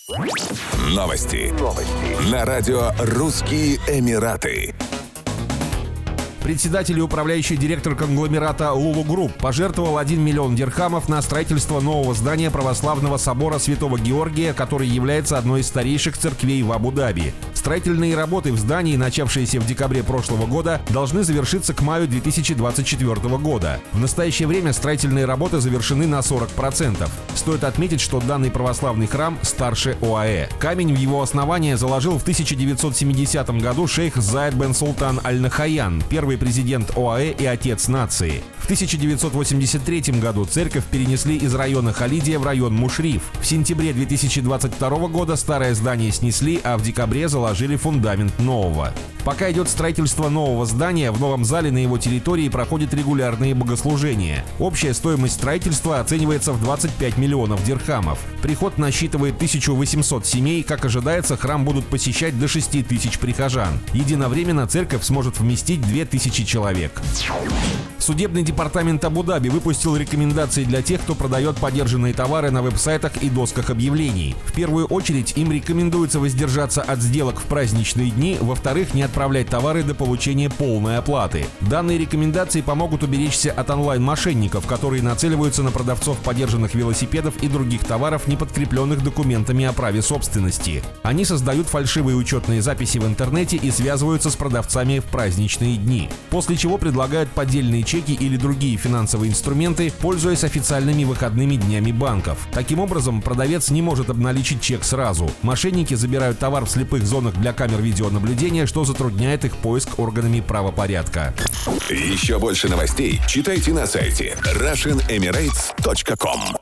Новости. На радио «Русские Эмираты». Председатель и управляющий директор конгломерата Lulu Group пожертвовал 1 миллион дирхамов на строительство нового здания православного собора Святого Георгия, который является одной из старейших церквей в Абу-Даби. Строительные работы в здании, начавшиеся в декабре прошлого года, должны завершиться к маю 2024 года. В настоящее время строительные работы завершены на 40%. Стоит отметить, что данный православный храм старше ОАЭ. Камень в его основание заложил в 1970 году шейх Заид бен Султан Аль-Нахаян, первый президент ОАЭ и отец нации. В 1983 году церковь перенесли из района Халидия в район Мушриф. В сентябре 2022 года старое здание снесли, а в декабре заложили фундамент нового. Пока идет строительство нового здания, в новом зале на его территории проходят регулярные богослужения. Общая стоимость строительства оценивается в 25 миллионов дирхамов. Приход насчитывает 1800 семей. Как ожидается, храм будут посещать до 6000 прихожан. Единовременно церковь сможет вместить 2000 человек. Судебный департамент Абу-Даби выпустил рекомендации для тех, кто продает подержанные товары на веб-сайтах и досках объявлений. В первую очередь им рекомендуется воздержаться от сделок в праздничные дни, во-вторых, не отправлять товары до получения полной оплаты. Данные рекомендации помогут уберечься от онлайн-мошенников, которые нацеливаются на продавцов подержанных велосипедов и других товаров, не подкрепленных документами о праве собственности. Они создают фальшивые учетные записи в интернете и связываются с продавцами в праздничные дни, после чего предлагают поддельные чеки или другие финансовые инструменты, пользуясь официальными выходными днями банков. Таким образом, продавец не может обналичить чек сразу. Мошенники забирают товар в слепых зонах для камер видеонаблюдения, что затрудняет их поиск органами правопорядка. Еще больше новостей читайте на сайте RussianEmirates.com.